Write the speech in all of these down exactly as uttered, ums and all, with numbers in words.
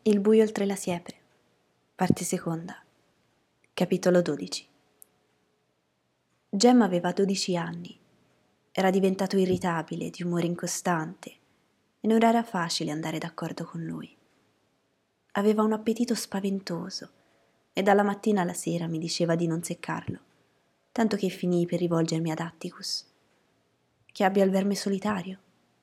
Il buio oltre la siepe, parte seconda, capitolo dodici. Jem aveva dodici anni, era diventato irritabile, di umore incostante e non era facile andare d'accordo con lui. Aveva un appetito spaventoso e dalla mattina alla sera mi diceva di non seccarlo, tanto che finii per rivolgermi ad Atticus. Che abbia il verme solitario?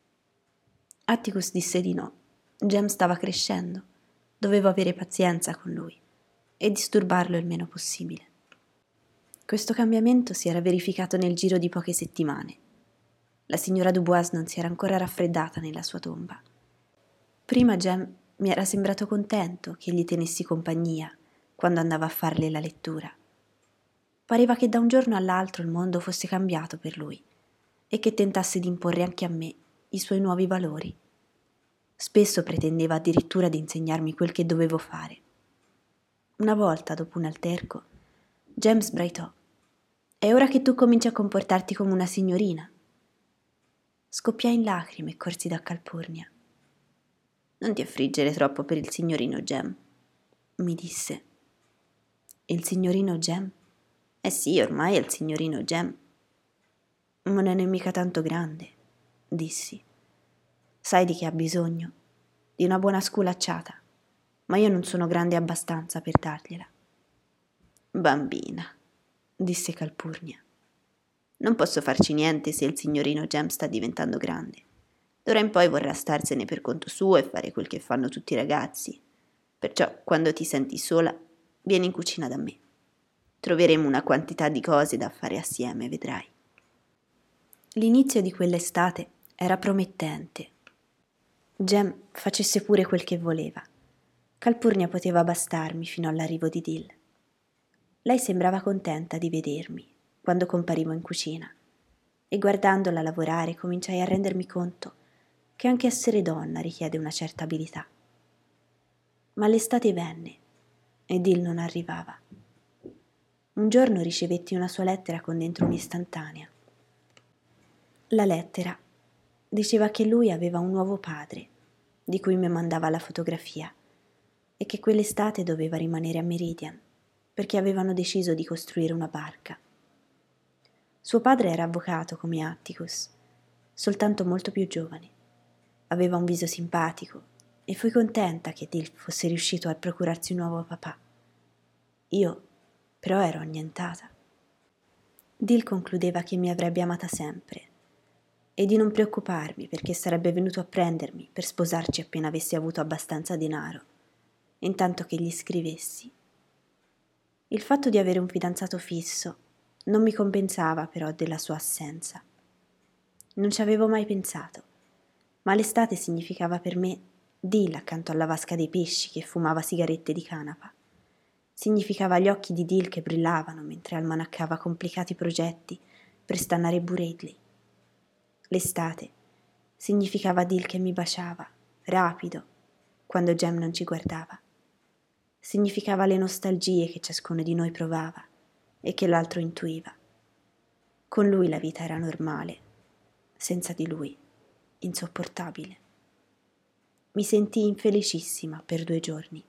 Atticus disse di no. Jem stava crescendo, dovevo avere pazienza con lui e disturbarlo il meno possibile. Questo cambiamento si era verificato nel giro di poche settimane. La signora Dubois non si era ancora raffreddata nella sua tomba. Prima Jem mi era sembrato contento che gli tenessi compagnia quando andava a farle la lettura. Pareva che da un giorno all'altro il mondo fosse cambiato per lui e che tentasse di imporre anche a me i suoi nuovi valori. Spesso pretendeva addirittura di insegnarmi quel che dovevo fare. Una volta, dopo un alterco, Jem sbraitò: «È ora che tu cominci a comportarti come una signorina». Scoppiai in lacrime e corsi da Calpurnia. «Non ti affliggere troppo per il signorino Jem», mi disse. «Il signorino Jem?» «Eh sì, ormai è il signorino Jem». «Ma non è mica tanto grande», dissi. «Sai di che ha bisogno? Di una buona sculacciata, ma io non sono grande abbastanza per dargliela». «Bambina», disse Calpurnia, «non posso farci niente se il signorino Jem sta diventando grande. D'ora in poi vorrà starsene per conto suo e fare quel che fanno tutti i ragazzi. Perciò, quando ti senti sola, vieni in cucina da me. Troveremo una quantità di cose da fare assieme, vedrai». L'inizio di quell'estate era promettente. Jem facesse pure quel che voleva. Calpurnia poteva bastarmi fino all'arrivo di Dill. Lei sembrava contenta di vedermi quando comparivo in cucina e guardandola lavorare cominciai a rendermi conto che anche essere donna richiede una certa abilità. Ma l'estate venne e Dill non arrivava. Un giorno ricevetti una sua lettera con dentro un'istantanea. La lettera diceva che lui aveva un nuovo padre, di cui mi mandava la fotografia, e che quell'estate doveva rimanere a Meridian, perché avevano deciso di costruire una barca. Suo padre era avvocato come Atticus, soltanto molto più giovane. Aveva un viso simpatico e fui contenta che Dill fosse riuscito a procurarsi un nuovo papà. Io, però, ero annientata. Dill concludeva che mi avrebbe amata sempre e di non preoccuparmi perché sarebbe venuto a prendermi per sposarci appena avessi avuto abbastanza denaro, intanto che gli scrivessi. Il fatto di avere un fidanzato fisso non mi compensava però della sua assenza. Non ci avevo mai pensato, ma l'estate significava per me Dill accanto alla vasca dei pesci che fumava sigarette di canapa. Significava gli occhi di Dill che brillavano mentre almanaccava complicati progetti per stannare Buredli. L'estate significava Dill che mi baciava, rapido, quando Jem non ci guardava. Significava le nostalgie che ciascuno di noi provava e che l'altro intuiva. Con lui la vita era normale, senza di lui insopportabile. Mi sentii infelicissima per due giorni.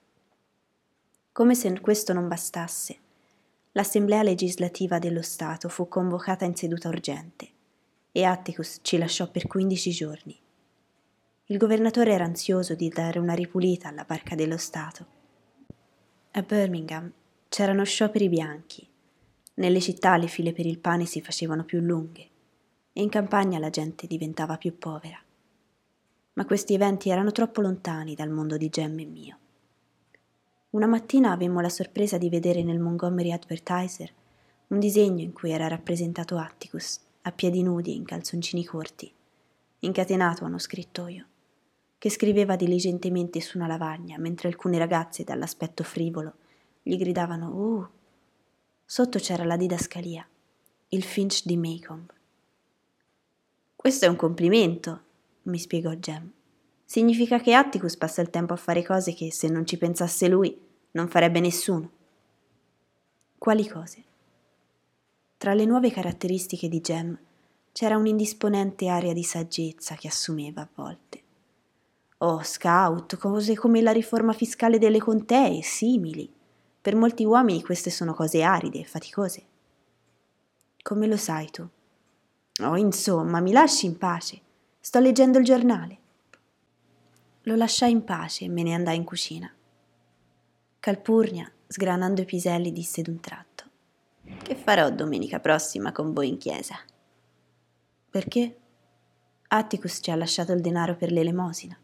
Come se questo non bastasse, l'Assemblea legislativa dello Stato fu convocata in seduta urgente e Atticus ci lasciò per quindici giorni. Il governatore era ansioso di dare una ripulita alla barca dello Stato. A Birmingham c'erano scioperi bianchi, nelle città le file per il pane si facevano più lunghe e in campagna la gente diventava più povera. Ma questi eventi erano troppo lontani dal mondo di Jem e mio. Una mattina avemmo la sorpresa di vedere nel Montgomery Advertiser un disegno in cui era rappresentato Atticus, a piedi nudi e in calzoncini corti, incatenato a uno scrittoio, che scriveva diligentemente su una lavagna, mentre alcune ragazze dall'aspetto frivolo gli gridavano «Uh!». Sotto c'era la didascalia, il Finch di Maycomb. «Questo è un complimento», mi spiegò Jem. «Significa che Atticus passa il tempo a fare cose che, se non ci pensasse lui, non farebbe nessuno». «Quali cose?» Tra le nuove caratteristiche di Jem c'era un'indisponente aria di saggezza che assumeva a volte. o scout, cose come la riforma fiscale delle contee e simili. Per molti uomini queste sono cose aride e faticose. Come lo sai tu? Oh, insomma, mi lasci in pace. Sto leggendo il giornale. Lo lasciai in pace e me ne andai in cucina. Calpurnia, sgranando i piselli, disse d'un tratto: «Che farò domenica prossima con voi in chiesa?» «Perché? Atticus ci ha lasciato il denaro per l'elemosina».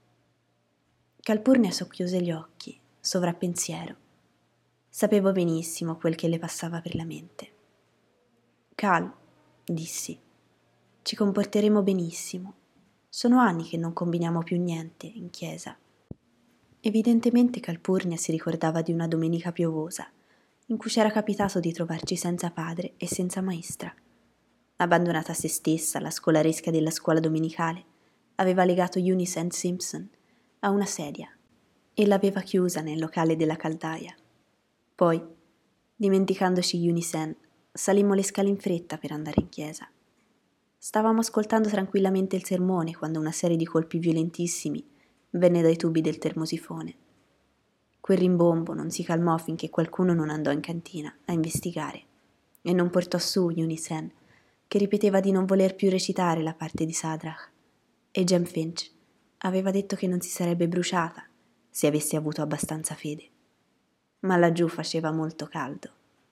Calpurnia socchiuse gli occhi, sovrappensiero. Sapevo benissimo quel che le passava per la mente. «Cal», dissi, «ci comporteremo benissimo. Sono anni che non combiniamo più niente in chiesa». Evidentemente Calpurnia si ricordava di una domenica piovosa, in cui c'era capitato di trovarci senza padre e senza maestra. Abbandonata a se stessa, la scolaresca della scuola domenicale aveva legato Eunice Ann Simpson a una sedia e l'aveva chiusa nel locale della caldaia. Poi, dimenticandoci Eunice Ann, salimmo le scale in fretta per andare in chiesa. Stavamo ascoltando tranquillamente il sermone quando una serie di colpi violentissimi venne dai tubi del termosifone. Quel rimbombo non si calmò finché qualcuno non andò in cantina a investigare e non portò su Eunice Ann, che ripeteva di non voler più recitare la parte di Sadrach, e Jem Finch aveva detto che non si sarebbe bruciata se avesse avuto abbastanza fede. Ma laggiù faceva molto caldo.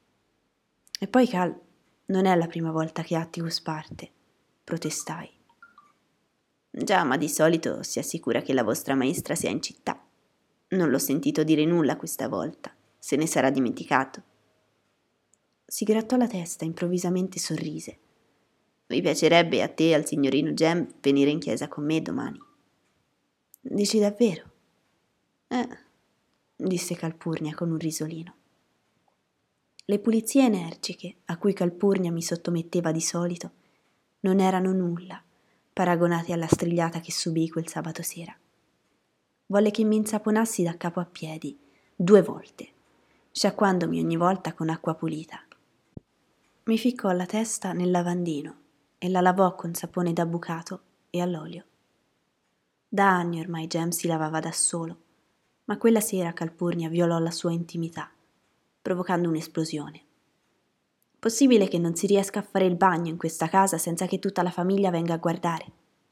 E poi, Cal, non è la prima volta che Atticus parte, protestai. Già, ma di solito si assicura che la vostra maestra sia in città. Non l'ho sentito dire nulla questa volta. Se ne sarà dimenticato. Si grattò la testa, improvvisamente sorrise. Vi piacerebbe a te e al signorino Jem venire in chiesa con me domani? Dici davvero? Eh, disse Calpurnia con un risolino. Le pulizie energiche a cui Calpurnia mi sottometteva di solito non erano nulla paragonati alla strigliata che subii quel sabato sera. Volle che mi insaponassi da capo a piedi, due volte, sciacquandomi ogni volta con acqua pulita. Mi ficcò la testa nel lavandino e la lavò con sapone da bucato e all'olio. Da anni ormai Jem si lavava da solo, ma quella sera Calpurnia violò la sua intimità, provocando un'esplosione. Possibile che non si riesca a fare il bagno in questa casa senza che tutta la famiglia venga a guardare?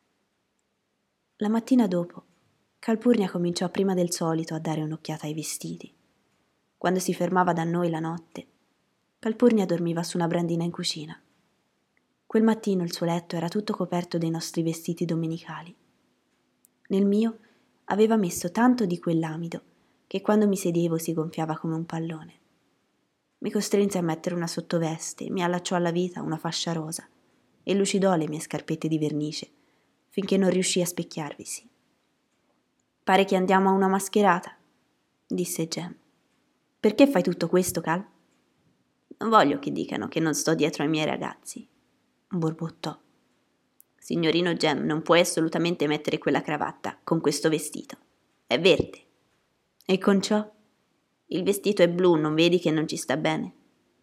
La mattina dopo, Calpurnia cominciò prima del solito a dare un'occhiata ai vestiti. Quando si fermava da noi la notte, Calpurnia dormiva su una brandina in cucina. Quel mattino il suo letto era tutto coperto dei nostri vestiti domenicali. Nel mio aveva messo tanto di quell'amido che quando mi sedevo si gonfiava come un pallone. Mi costrinse a mettere una sottoveste, mi allacciò alla vita una fascia rosa e lucidò le mie scarpette di vernice finché non riuscì a specchiarvisi. «Pare che andiamo a una mascherata», disse Jem. «Perché fai tutto questo, Cal?» «Non voglio che dicano che non sto dietro ai miei ragazzi», borbottò. «Signorino Jem non puoi assolutamente mettere quella cravatta con questo vestito. È verde». «E con ciò?» «Il vestito è blu, non vedi che non ci sta bene?»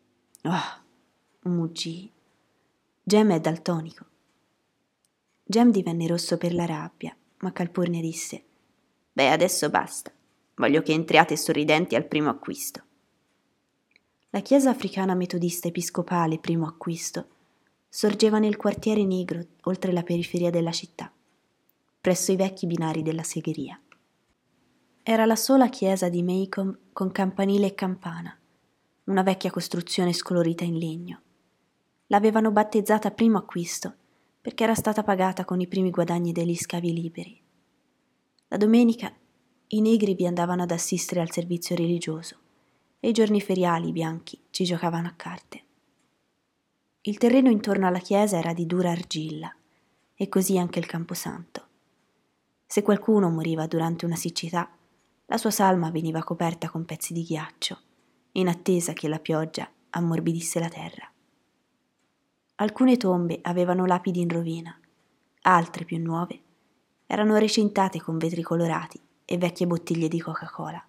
«Oh», muggii. «Jem è daltonico». Jem divenne rosso per la rabbia, ma Calpurnia disse: «Beh, adesso basta. Voglio che entriate sorridenti al primo acquisto». La chiesa africana metodista episcopale primo acquisto sorgeva nel quartiere negro oltre la periferia della città, presso i vecchi binari della segheria. Era la sola chiesa di Maycomb con campanile e campana, una vecchia costruzione scolorita in legno. L'avevano battezzata primo acquisto perché era stata pagata con i primi guadagni degli scavi liberi. La domenica i negri vi andavano ad assistere al servizio religioso e i giorni feriali i bianchi ci giocavano a carte. Il terreno intorno alla chiesa era di dura argilla e così anche il camposanto. Se qualcuno moriva durante una siccità, la sua salma veniva coperta con pezzi di ghiaccio, in attesa che la pioggia ammorbidisse la terra. Alcune tombe avevano lapidi in rovina, altre più nuove erano recintate con vetri colorati e vecchie bottiglie di Coca-Cola.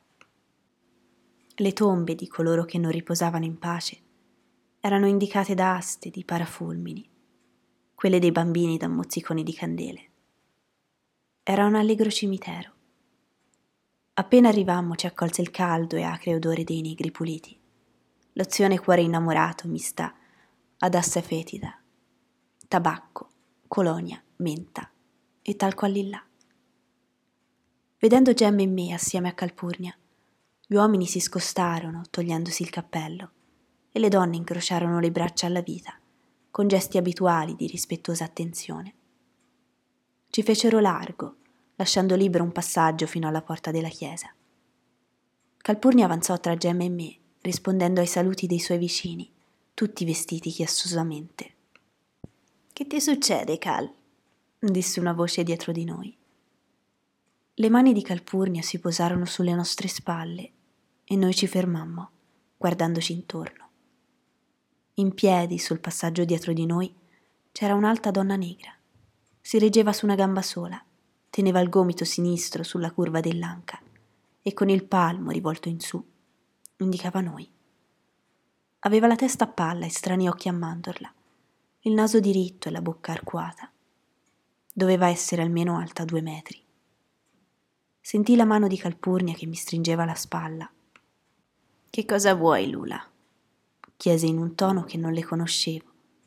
Le tombe di coloro che non riposavano in pace erano indicate da aste di parafulmini, quelle dei bambini da mozziconi di candele. Era un allegro cimitero. Appena arrivammo ci accolse il caldo e acre odore dei negri puliti. Lozione cuore innamorato mista ad assa fetida, tabacco, colonia, menta e talco all'illà. Vedendo Gem e me assieme a Calpurnia, gli uomini si scostarono togliendosi il cappello e le donne incrociarono le braccia alla vita con gesti abituali di rispettosa attenzione. Ci fecero largo, lasciando libero un passaggio fino alla porta della chiesa. Calpurnia avanzò tra Gem e me, rispondendo ai saluti dei suoi vicini, tutti vestiti chiassosamente. «Che ti succede, Cal?» disse una voce dietro di noi. Le mani di Calpurnia si posarono sulle nostre spalle e noi ci fermammo, guardandoci intorno. In piedi, sul passaggio dietro di noi, c'era un'alta donna negra. Si reggeva su una gamba sola, teneva il gomito sinistro sulla curva dell'anca e con il palmo rivolto in su indicava noi. Aveva la testa a palla e strani occhi a mandorla, il naso diritto e la bocca arcuata. Doveva essere almeno alta due metri. Sentii la mano di Calpurnia che mi stringeva la spalla. «Che cosa vuoi, Lula?» chiese in un tono che non le conoscevo.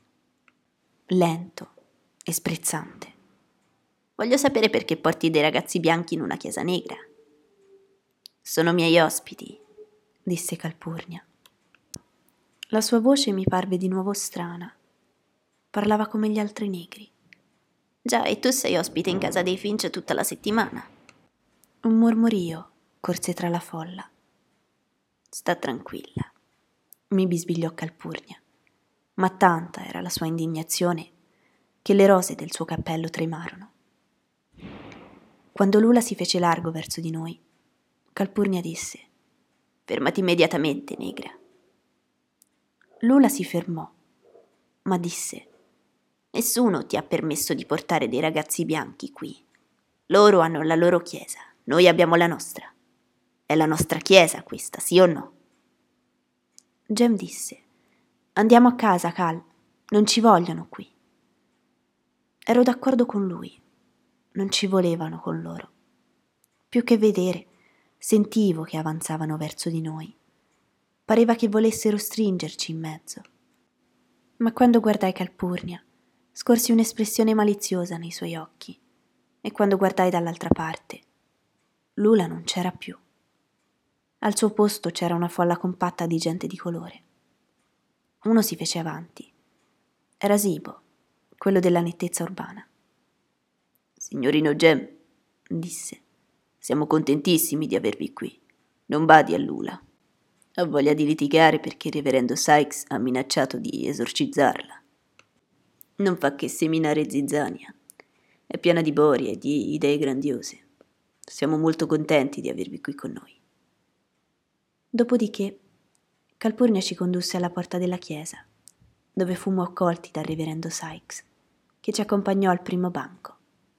Lento e sprezzante. «Voglio sapere perché porti dei ragazzi bianchi in una chiesa negra». «Sono miei ospiti», disse Calpurnia. La sua voce mi parve di nuovo strana. Parlava come gli altri negri. «Già, e tu sei ospite in casa dei Finch tutta la settimana». Un mormorio corse tra la folla. «Sta tranquilla», mi bisbigliò Calpurnia, ma tanta era la sua indignazione che le rose del suo cappello tremarono. Quando Lula si fece largo verso di noi, Calpurnia disse: «Fermati immediatamente, negra». Lula si fermò, ma disse: «Nessuno ti ha permesso di portare dei ragazzi bianchi qui. Loro hanno la loro chiesa, noi abbiamo la nostra. È la nostra chiesa questa, sì o no?» Gem disse: «Andiamo a casa, Cal, non ci vogliono qui». Ero d'accordo con lui, non ci volevano con loro. Più che vedere, sentivo che avanzavano verso di noi. Pareva che volessero stringerci in mezzo. Ma quando guardai Calpurnia, scorsi un'espressione maliziosa nei suoi occhi, e quando guardai dall'altra parte, Lula non c'era più. Al suo posto c'era una folla compatta di gente di colore. Uno si fece avanti. Era Sibo, quello della nettezza urbana. «Signorino Gem», disse, «siamo contentissimi di avervi qui. Non badi a Lula. Ha voglia di litigare perché il reverendo Sykes ha minacciato di esorcizzarla. Non fa che seminare zizzania. È piena di boria e di idee grandiose. Siamo molto contenti di avervi qui con noi». Dopodiché Calpurnia ci condusse alla porta della chiesa, dove fummo accolti dal reverendo Sykes, che ci accompagnò al primo banco.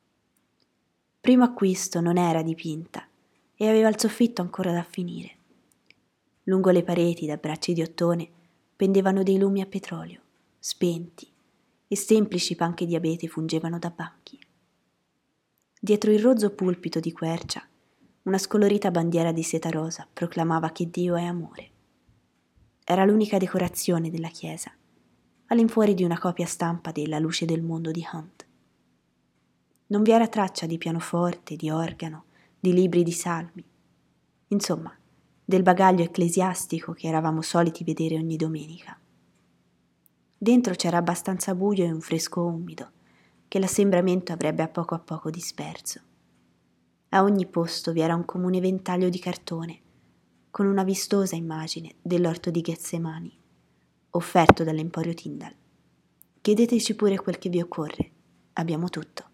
Primo acquisto non era dipinta e aveva il soffitto ancora da finire. Lungo le pareti, da bracci di ottone, pendevano dei lumi a petrolio, spenti, e semplici panche di abete fungevano da banchi. Dietro il rozzo pulpito di quercia, una scolorita bandiera di seta rosa proclamava che Dio è amore. Era l'unica decorazione della chiesa, all'infuori di una copia stampa della Luce del mondo di Hunt. Non vi era traccia di pianoforte, di organo, di libri di salmi, insomma, del bagaglio ecclesiastico che eravamo soliti vedere ogni domenica. Dentro c'era abbastanza buio e un fresco umido, che l'assembramento avrebbe a poco a poco disperso. A ogni posto vi era un comune ventaglio di cartone, con una vistosa immagine dell'orto di Getsemani, offerto dall'Emporio Tyndall. Chiedeteci pure quel che vi occorre, abbiamo tutto.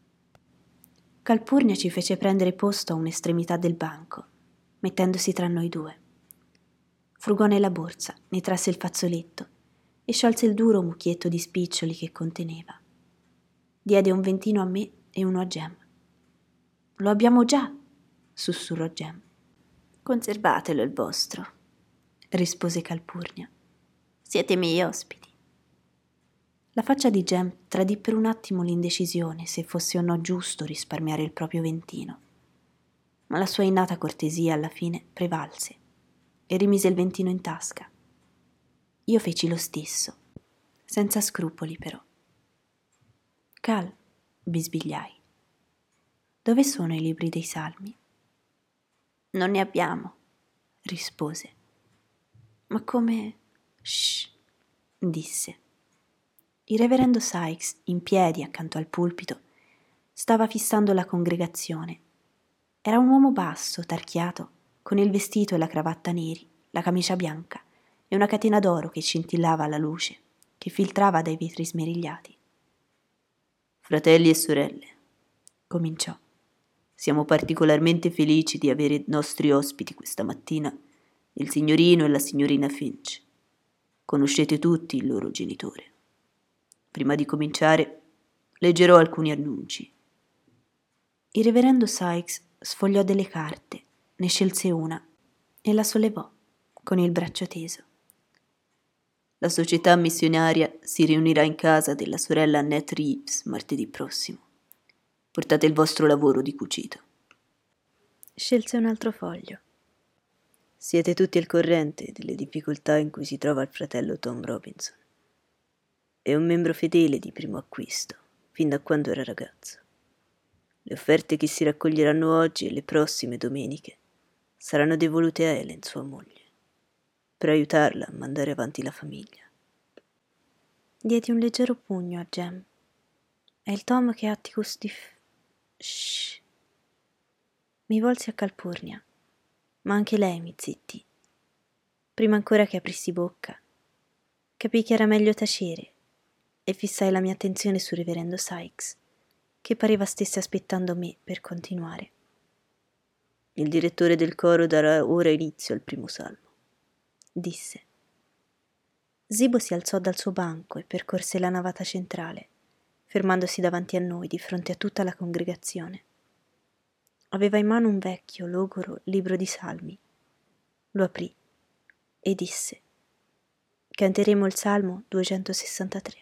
Calpurnia ci fece prendere posto a un'estremità del banco, mettendosi tra noi due. Frugò nella borsa, ne trasse il fazzoletto e sciolse il duro mucchietto di spiccioli che conteneva. Diede un ventino a me e uno a Gem. «Lo abbiamo già», sussurrò Gem. «Conservatelo il vostro», rispose Calpurnia. «Siete miei ospiti». La faccia di Jem tradì per un attimo l'indecisione se fosse o no giusto risparmiare il proprio ventino, ma la sua innata cortesia alla fine prevalse e rimise il ventino in tasca. Io feci lo stesso, senza scrupoli però. Cal, bisbigliai, dove sono i libri dei salmi? Non ne abbiamo, rispose. Ma come... Shh, disse. Il reverendo Sykes, in piedi accanto al pulpito, stava fissando la congregazione. Era un uomo basso, tarchiato, con il vestito e la cravatta neri, la camicia bianca e una catena d'oro che scintillava alla luce, che filtrava dai vetri smerigliati. Fratelli e sorelle, cominciò, siamo particolarmente felici di avere nostri ospiti questa mattina, il signorino e la signorina Finch. Conoscete tutti il loro genitore. Prima di cominciare, leggerò alcuni annunci. Il reverendo Sykes sfogliò delle carte, ne scelse una e la sollevò con il braccio teso. La società missionaria si riunirà in casa della sorella Annette Reeves martedì prossimo. Portate il vostro lavoro di cucito. Scelse un altro foglio. Siete tutti al corrente delle difficoltà in cui si trova il fratello Tom Robinson. È un membro fedele di primo acquisto, fin da quando era ragazzo. Le offerte che si raccoglieranno oggi e le prossime domeniche saranno devolute a Helen, sua moglie, per aiutarla a mandare avanti la famiglia. Diedi un leggero pugno a Jem. È il Tom che ha Atticus di... F... Shh. Mi volsi a Calpurnia, ma anche lei mi zittì. Prima ancora che aprissi bocca, capii che era meglio tacere e fissai la mia attenzione sul reverendo Sykes, che pareva stesse aspettando me per continuare. Il direttore del coro darà ora inizio al primo salmo, disse. Zibo si alzò dal suo banco e percorse la navata centrale, fermandosi davanti a noi di fronte a tutta la congregazione. Aveva in mano un vecchio, logoro libro di salmi. Lo aprì e disse: canteremo il salmo duecentosessantatré.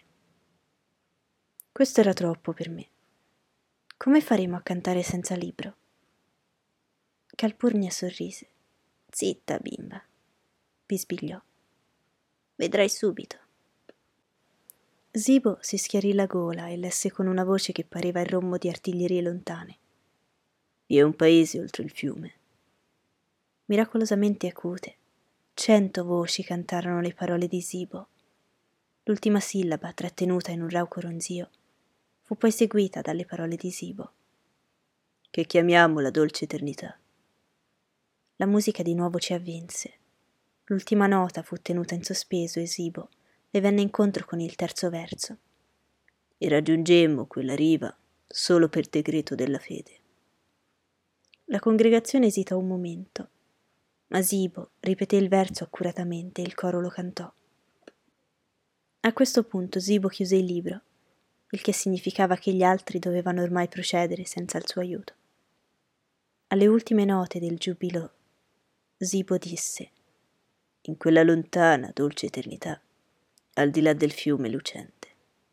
Questo era troppo per me. Come faremo a cantare senza libro? Calpurnia sorrise. Zitta, bimba, bisbigliò. Vedrai subito. Zibo si schiarì la gola e lesse con una voce che pareva il rombo di artiglierie lontane. Vi è un paese oltre il fiume. Miracolosamente acute, cento voci cantarono le parole di Zibo. L'ultima sillaba, trattenuta in un rauco ronzio, fu poi seguita dalle parole di Zibo, che chiamiamo la dolce eternità. La musica di nuovo ci avvinse. L'ultima nota fu tenuta in sospeso e Zibo le venne incontro con il terzo verso. E raggiungemmo quella riva solo per decreto della fede. La congregazione esitò un momento, ma Zibo ripeté il verso accuratamente e il coro lo cantò. A questo punto Zibo chiuse il libro, il che significava che gli altri dovevano ormai procedere senza il suo aiuto. Alle ultime note del giubilo, Zibo disse: in quella lontana, dolce eternità, al di là del fiume lucente.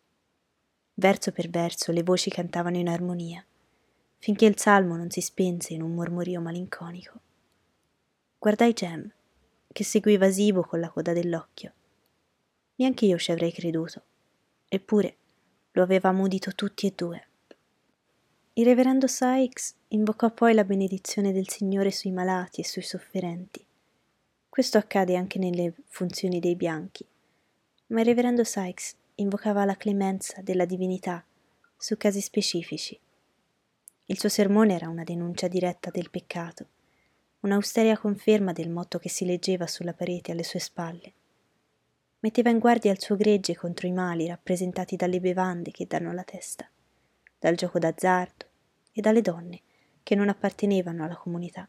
Verso per verso le voci cantavano in armonia, finché il salmo non si spense in un mormorio malinconico. Guardai Jem, che seguiva Zibo con la coda dell'occhio. Neanche io ci avrei creduto, eppure lo avevamo udito tutti e due. Il reverendo Sykes invocò poi la benedizione del Signore sui malati e sui sofferenti. Questo accade anche nelle funzioni dei bianchi, ma il reverendo Sykes invocava la clemenza della divinità su casi specifici. Il suo sermone era una denuncia diretta del peccato, un'austeria conferma del motto che si leggeva sulla parete alle sue spalle. Metteva in guardia il suo gregge contro i mali rappresentati dalle bevande che danno la testa, dal gioco d'azzardo e dalle donne che non appartenevano alla comunità.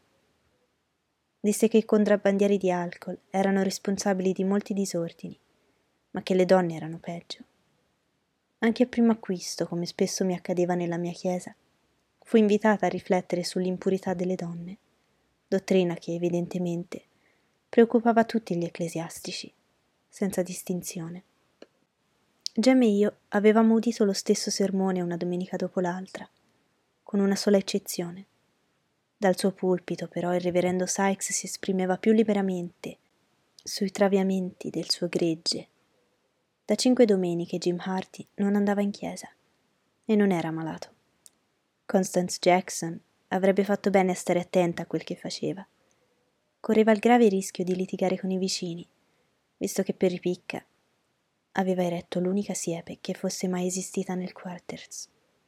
Disse che i contrabbandieri di alcol erano responsabili di molti disordini, ma che le donne erano peggio. Anche a primo acquisto, come spesso mi accadeva nella mia chiesa, fu invitata a riflettere sull'impurità delle donne, dottrina che evidentemente preoccupava tutti gli ecclesiastici, senza distinzione. Gem e io avevamo udito lo stesso sermone una domenica dopo l'altra, con una sola eccezione. Dal suo pulpito, però, il reverendo Sykes si esprimeva più liberamente sui traviamenti del suo gregge. Da cinque domeniche Jim Hardy non andava in chiesa e non era malato. Constance Jackson avrebbe fatto bene a stare attenta a quel che faceva. Correva il grave rischio di litigare con i vicini, visto che per ripicca aveva eretto l'unica siepe che fosse mai esistita nel quarters.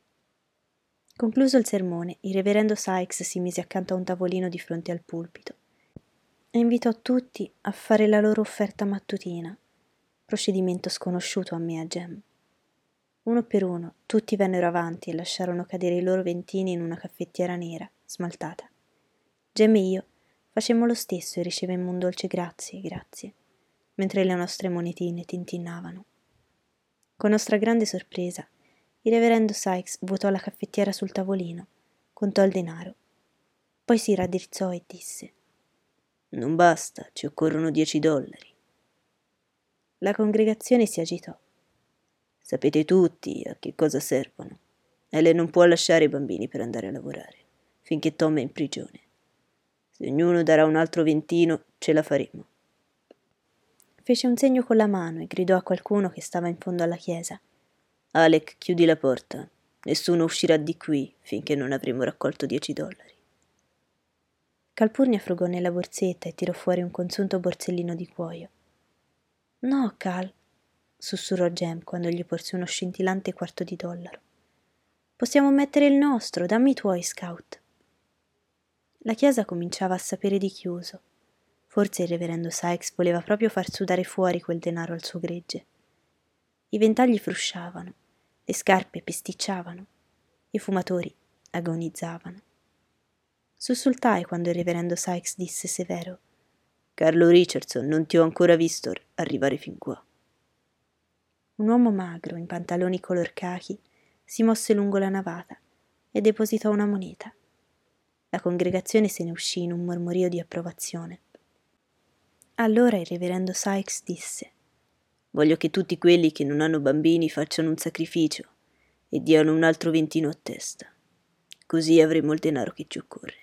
Concluso il sermone, il reverendo Sykes si mise accanto a un tavolino di fronte al pulpito e invitò tutti a fare la loro offerta mattutina, procedimento sconosciuto a me e a Gem. Uno per uno, tutti vennero avanti e lasciarono cadere i loro ventini in una caffettiera nera, smaltata. Gem e io facemmo lo stesso e ricevemmo un dolce grazie, grazie, mentre le nostre monetine tintinnavano. Con nostra grande sorpresa, il reverendo Sykes vuotò la caffettiera sul tavolino, contò il denaro. Poi si raddrizzò e disse: «Non basta, ci occorrono dieci dollari». La congregazione si agitò. «Sapete tutti a che cosa servono. Ellen non può lasciare i bambini per andare a lavorare, finché Tom è in prigione. Se ognuno darà un altro ventino, ce la faremo». Fece un segno con la mano e gridò a qualcuno che stava in fondo alla chiesa: «Alec, chiudi la porta. Nessuno uscirà di qui finché non avremo raccolto dieci dollari». Calpurnia frugò nella borsetta e tirò fuori un consunto borsellino di cuoio. «No, Cal», sussurrò Gem quando gli porse uno scintillante quarto di dollaro. «Possiamo mettere il nostro, dammi i tuoi, Scout». La chiesa cominciava a sapere di chiuso. Forse il reverendo Sykes voleva proprio far sudare fuori quel denaro al suo gregge. I ventagli frusciavano, le scarpe pesticciavano, i fumatori agonizzavano. Sussultai quando il reverendo Sykes disse severo: «Carlo Richardson, non ti ho ancora visto arrivare fin qua». Un uomo magro, in pantaloni color cachi, si mosse lungo la navata e depositò una moneta. La congregazione se ne uscì in un mormorio di approvazione. Allora il reverendo Sykes disse: «Voglio che tutti quelli che non hanno bambini facciano un sacrificio e diano un altro ventino a testa. Così avremo il denaro che ci occorre».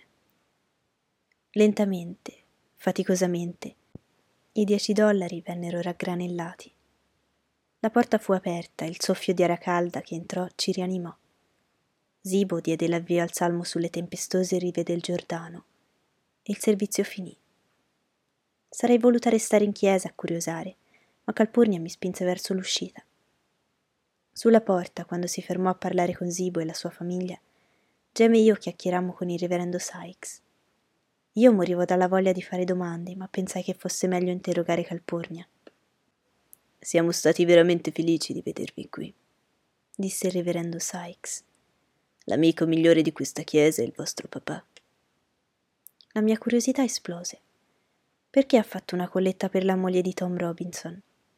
Lentamente, faticosamente, i dieci dollari vennero raggranellati. La porta fu aperta e il soffio di aria calda che entrò ci rianimò. Zibo diede l'avvio al salmo sulle tempestose rive del Giordano e il servizio finì. Sarei voluta restare in chiesa a curiosare, ma Calpurnia mi spinse verso l'uscita. Sulla porta, quando si fermò a parlare con Zibo e la sua famiglia, Gem e io chiacchierammo con il reverendo Sykes. Io morivo dalla voglia di fare domande, ma pensai che fosse meglio interrogare Calpurnia. «Siamo stati veramente felici di vedervi qui», disse il reverendo Sykes. «L'amico migliore di questa chiesa è il vostro papà». La mia curiosità esplose. Perché ha fatto una colletta per la moglie di Tom Robinson?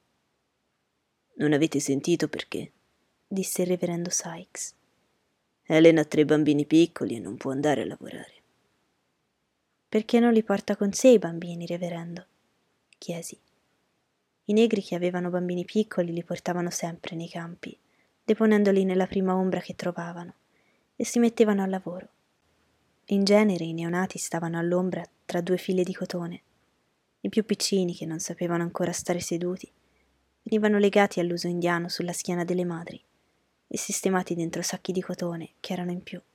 «Non avete sentito perché?» disse il reverendo Sykes. «Ellen ha tre bambini piccoli e non può andare a lavorare». «Perché non li porta con sé i bambini, reverendo?» chiesi. I negri che avevano bambini piccoli li portavano sempre nei campi, deponendoli nella prima ombra che trovavano, e si mettevano al lavoro. In genere i neonati stavano all'ombra tra due file di cotone. I più piccini, che non sapevano ancora stare seduti, venivano legati all'uso indiano sulla schiena delle madri e sistemati dentro sacchi di cotone che erano in più.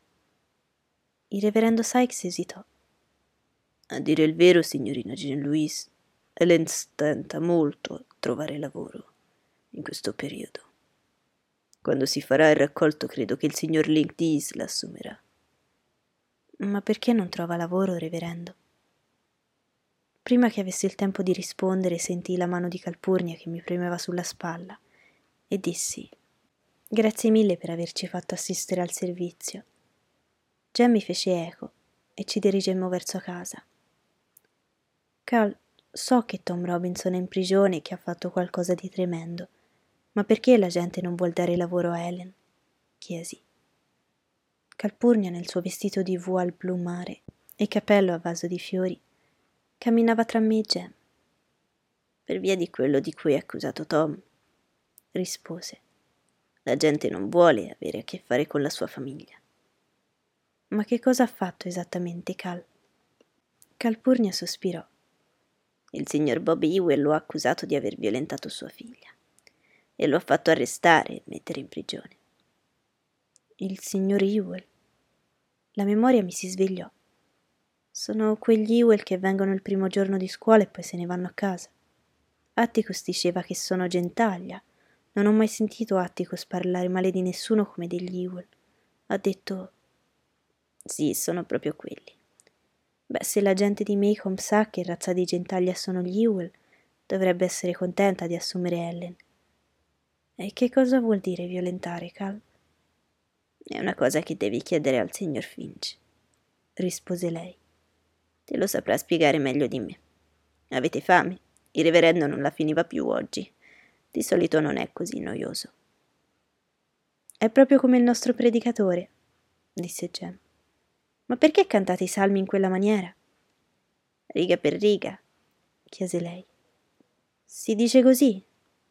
Il reverendo Sykes esitò. «A dire il vero, signorina Jean Louise, Ellen stenta molto a trovare lavoro in questo periodo. Quando si farà il raccolto credo che il signor Link Dees la assumerà». «Ma perché non trova lavoro, reverendo?» Prima che avessi il tempo di rispondere sentii la mano di Calpurnia che mi premeva sulla spalla e dissi: «Grazie mille per averci fatto assistere al servizio». Gem mi fece eco e ci dirigemmo verso casa. «Cal, so che Tom Robinson è in prigione e che ha fatto qualcosa di tremendo, ma perché la gente non vuol dare lavoro a Ellen?» chiesi. Calpurnia, nel suo vestito di voile blu mare e cappello a vaso di fiori, camminava tra me e Gem. «Per via di quello di cui è accusato Tom», rispose. La gente non vuole avere a che fare con la sua famiglia. Ma che cosa ha fatto esattamente Cal? Calpurnia sospirò. Il signor Bob Ewell lo ha accusato di aver violentato sua figlia e lo ha fatto arrestare e mettere in prigione. Il signor Ewell? La memoria mi si svegliò. Sono quegli Ewell che vengono il primo giorno di scuola e poi se ne vanno a casa. Atticus diceva che sono gentaglia. Non ho mai sentito Atticus parlare male di nessuno come degli Ewell. Ha detto... Sì, sono proprio quelli. Beh, se la gente di Maycomb sa che razza di gentaglia sono gli Ewell, dovrebbe essere contenta di assumere Ellen. E che cosa vuol dire violentare, Cal? È una cosa che devi chiedere al signor Finch, rispose lei. Te lo saprà spiegare meglio di me. Avete fame? Il reverendo non la finiva più oggi. Di solito non è così noioso. È proprio come il nostro predicatore, disse Jem. Ma perché cantate i salmi in quella maniera? Riga per riga, chiese lei. Si dice così?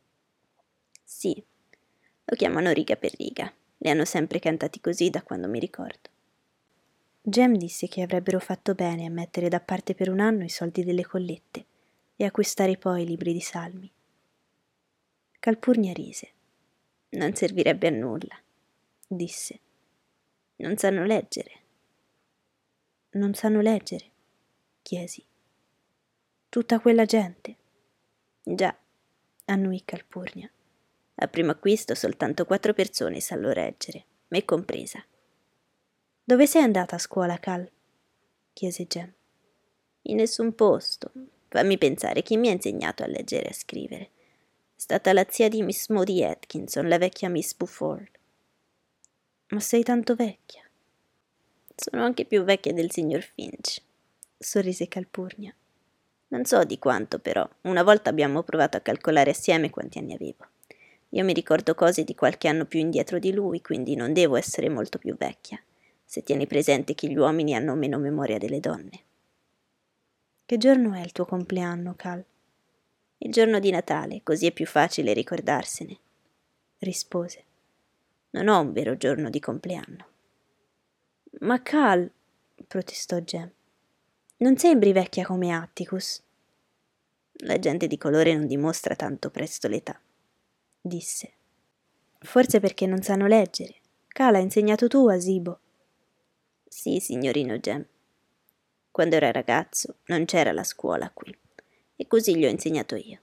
Sì, lo chiamano riga per riga. Li hanno sempre cantati così da quando mi ricordo. Jem disse che avrebbero fatto bene a mettere da parte per un anno i soldi delle collette e acquistare poi i libri di salmi. Calpurnia rise. Non servirebbe a nulla, disse. Non sanno leggere. Non sanno leggere? Chiesi. Tutta quella gente? Già, annuì Calpurnia. A primo acquisto soltanto quattro persone sanno leggere, me compresa. Dove sei andata a scuola, Cal? Chiese Jem. In nessun posto. Fammi pensare, chi mi ha insegnato a leggere e a scrivere? È stata la zia di Miss Maudie Atkinson, la vecchia Miss Bufford. Ma sei tanto vecchia. Sono anche più vecchia del signor Finch, sorrise Calpurnia. Non so di quanto, però. Una volta abbiamo provato a calcolare assieme quanti anni avevo. Io mi ricordo cose di qualche anno più indietro di lui, quindi non devo essere molto più vecchia, se tieni presente che gli uomini hanno meno memoria delle donne. Che giorno è il tuo compleanno, Cal? Il giorno di Natale, così è più facile ricordarsene, rispose. Non ho un vero giorno di compleanno. Ma Cal, protestò Jem, non sembri vecchia come Atticus. La gente di colore non dimostra tanto presto l'età, disse. Forse perché non sanno leggere. Cal, hai insegnato tu a Zibo. Sì, signorino Jem. Quando era ragazzo non c'era la scuola qui, e così gli ho insegnato io.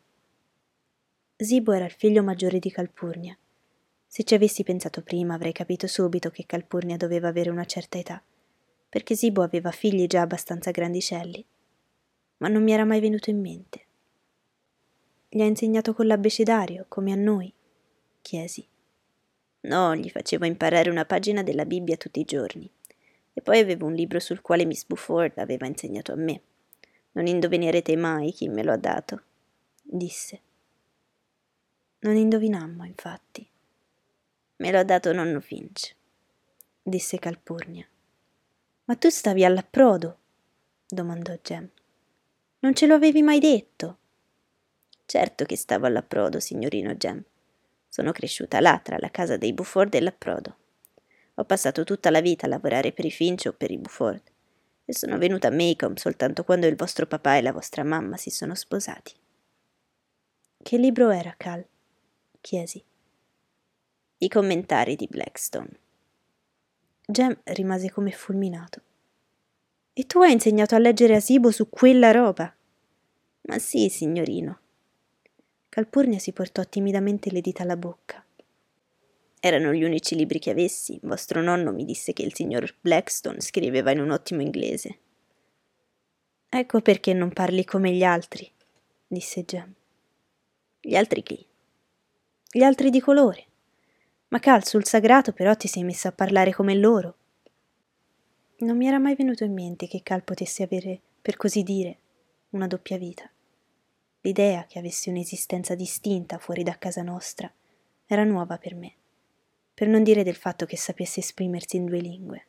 Zibo era il figlio maggiore di Calpurnia. Se ci avessi pensato prima avrei capito subito che Calpurnia doveva avere una certa età, perché Zibo aveva figli già abbastanza grandicelli, ma non mi era mai venuto in mente. Gli ha insegnato con l'abbecedario, come a noi? Chiesi. No, gli facevo imparare una pagina della Bibbia tutti i giorni, e poi avevo un libro sul quale Miss Bufford aveva insegnato a me. Non indovinerete mai chi me lo ha dato, disse. Non indovinammo, infatti. Me lo ha dato nonno Finch, disse Calpurnia. Ma tu stavi all'approdo? Domandò Jem. Non ce lo avevi mai detto? Certo che stavo all'approdo, signorino Jem. Sono cresciuta là, tra la casa dei Bufford e l'approdo. Ho passato tutta la vita a lavorare per i Finch o per i Bufford, e sono venuta a Maycomb soltanto quando il vostro papà e la vostra mamma si sono sposati. Che libro era, Cal? Chiesi. I commentari di Blackstone. Jem rimase come fulminato. E tu hai insegnato a leggere a Zibo su quella roba? Ma sì, signorino. Calpurnia si portò timidamente le dita alla bocca. Erano gli unici libri che avessi. Vostro nonno mi disse che il signor Blackstone scriveva in un ottimo inglese. Ecco perché non parli come gli altri, disse Jem. Gli altri chi? Gli altri di colore. Ma Cal, sul sagrato però ti sei messo a parlare come loro. Non mi era mai venuto in mente che Cal potesse avere, per così dire, una doppia vita. L'idea che avessi un'esistenza distinta fuori da casa nostra era nuova per me, per non dire del fatto che sapesse esprimersi in due lingue.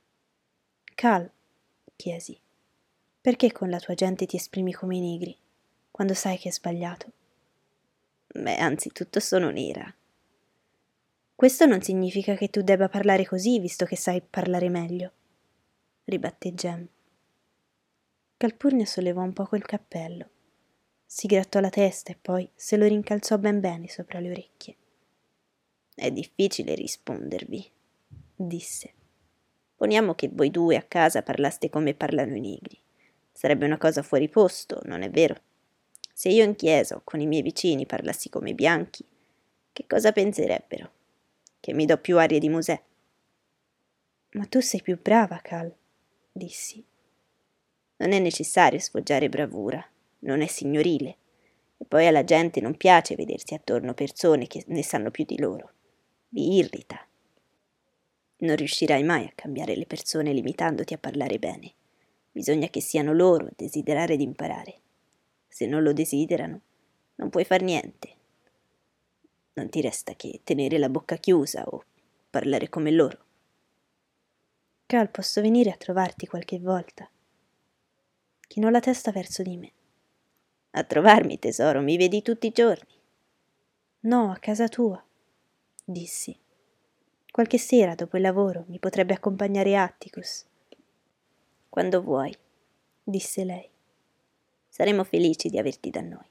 Cal, chiesi, perché con la tua gente ti esprimi come i negri, quando sai che è sbagliato? Beh, anzitutto sono nera. Questo non significa che tu debba parlare così, visto che sai parlare meglio, ribatté Jem. Calpurnio sollevò un poco il cappello, si grattò la testa e poi se lo rincalzò ben bene sopra le orecchie. È difficile rispondervi, disse. Poniamo che voi due a casa parlaste come parlano i negri. Sarebbe una cosa fuori posto, non è vero? Se io in chiesa o con i miei vicini parlassi come i bianchi, che cosa penserebbero? Che mi do più arie di Mosè? Ma tu sei più brava, Cal, dissi. Non è necessario sfoggiare bravura, non è signorile. E poi alla gente non piace vedersi attorno persone che ne sanno più di loro. Vi irrita. Non riuscirai mai a cambiare le persone limitandoti a parlare bene. Bisogna che siano loro a desiderare di imparare. Se non lo desiderano, non puoi far niente. Non ti resta che tenere la bocca chiusa o parlare come loro. Cal, posso venire a trovarti qualche volta? Chinò la testa verso di me. A trovarmi, tesoro, mi vedi tutti i giorni. No, a casa tua, dissi. Qualche sera, dopo il lavoro, mi potrebbe accompagnare Atticus. Quando vuoi, disse lei. Saremo felici di averti da noi.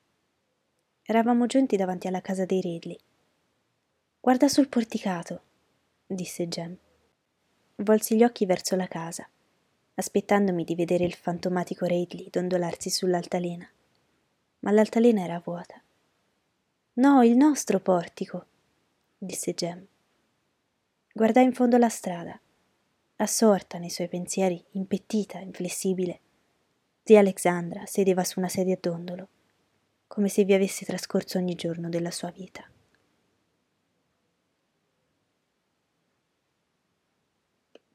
Eravamo giunti davanti alla casa dei Ridley. Guarda sul porticato, disse Jem. Volsi gli occhi verso la casa, aspettandomi di vedere il fantomatico Ridley dondolarsi sull'altalena. Ma l'altalena era vuota. No, il nostro portico, disse Jem. Guardai in fondo la strada, assorta nei suoi pensieri, impettita, inflessibile. Zia Alexandra sedeva su una sedia a dondolo, come se vi avesse trascorso ogni giorno della sua vita.